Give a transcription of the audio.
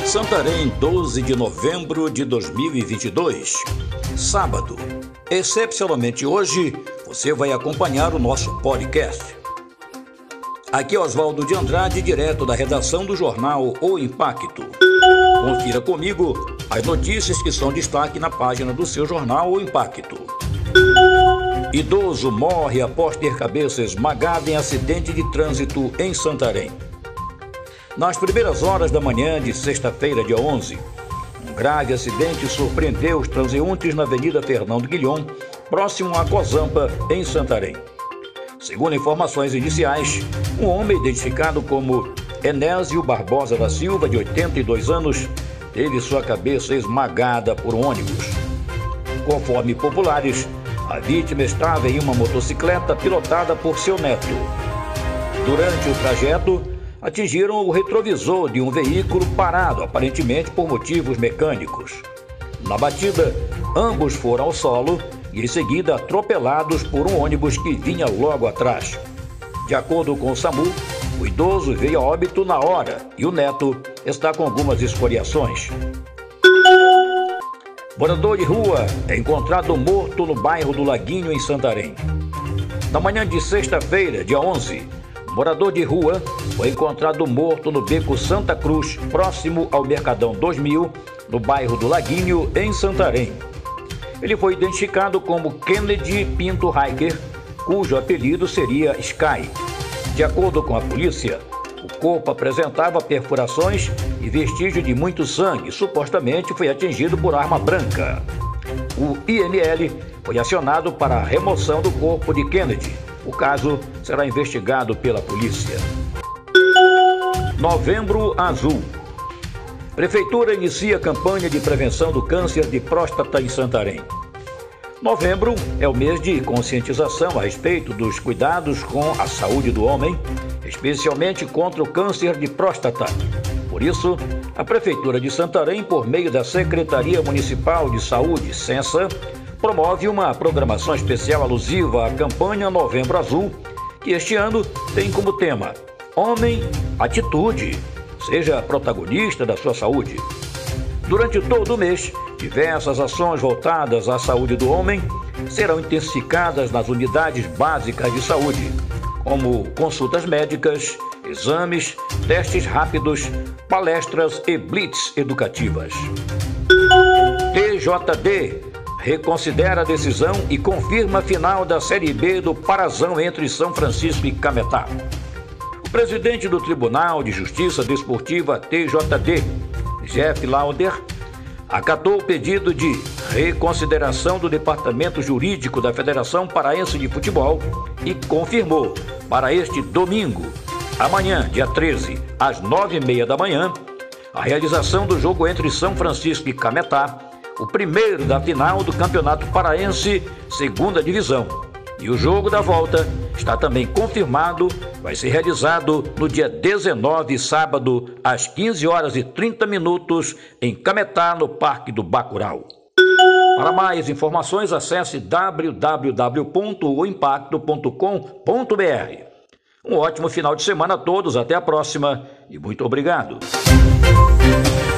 Santarém, 12 de novembro de 2022, sábado. Excepcionalmente hoje, você vai acompanhar o nosso podcast. Aqui é Oswaldo de Andrade, direto da redação do jornal O Impacto. Confira comigo as notícias que são destaque na página do seu jornal O Impacto. Idoso morre após ter cabeça esmagada em acidente de trânsito em Santarém. Nas primeiras horas da manhã de sexta-feira, dia 11, um grave acidente surpreendeu os transeuntes na Avenida Fernando Guilhom, próximo à Cozampa, em Santarém. Segundo informações iniciais, um homem identificado como Enésio Barbosa da Silva, de 82 anos, teve sua cabeça esmagada por um ônibus. Conforme populares, a vítima estava em uma motocicleta pilotada por seu neto. Durante o trajeto, atingiram o retrovisor de um veículo parado, aparentemente por motivos mecânicos. Na batida, ambos foram ao solo e em seguida atropelados por um ônibus que vinha logo atrás. De acordo com o SAMU, o idoso veio a óbito na hora e o neto está com algumas escoriações. Morador de rua é encontrado morto no bairro do Laguinho, em Santarém. Na manhã de sexta-feira, dia 11, morador de rua foi encontrado morto no beco Santa Cruz, próximo ao Mercadão 2000, no bairro do Laguinho, em Santarém. Ele foi identificado como Kennedy Pinto Hiker, cujo apelido seria Sky. De acordo com a polícia, o corpo apresentava perfurações e vestígio de muito sangue, supostamente foi atingido por arma branca. O IML foi acionado para a remoção do corpo de Kennedy. O caso será investigado pela polícia. Novembro Azul. Prefeitura inicia campanha de prevenção do câncer de próstata em Santarém. Novembro é o mês de conscientização a respeito dos cuidados com a saúde do homem, especialmente contra o câncer de próstata. Por isso, a Prefeitura de Santarém, por meio da Secretaria Municipal de Saúde, SENSA, promove uma programação especial alusiva à campanha Novembro Azul, que este ano tem como tema Homem, Atitude, seja protagonista da sua saúde. Durante todo o mês, diversas ações voltadas à saúde do homem serão intensificadas nas unidades básicas de saúde, como consultas médicas, exames, testes rápidos, palestras e blitz educativas. TJD reconsidera a decisão e confirma a final da Série B do Parazão entre São Francisco e Cametá. O presidente do Tribunal de Justiça Desportiva TJD, Jeff Lauder, acatou o pedido de reconsideração do Departamento Jurídico da Federação Paraense de Futebol e confirmou para este domingo, amanhã, dia 13, às 9h30 da manhã, a realização do jogo entre São Francisco e Cametá, o primeiro da final do Campeonato Paraense, segunda divisão. E o jogo da volta está também confirmado, vai ser realizado no dia 19, sábado, às 15h30, em Cametá, no Parque do Bacurau. Para mais informações, acesse www.oimpacto.com.br. Um ótimo final de semana a todos, até a próxima e muito obrigado.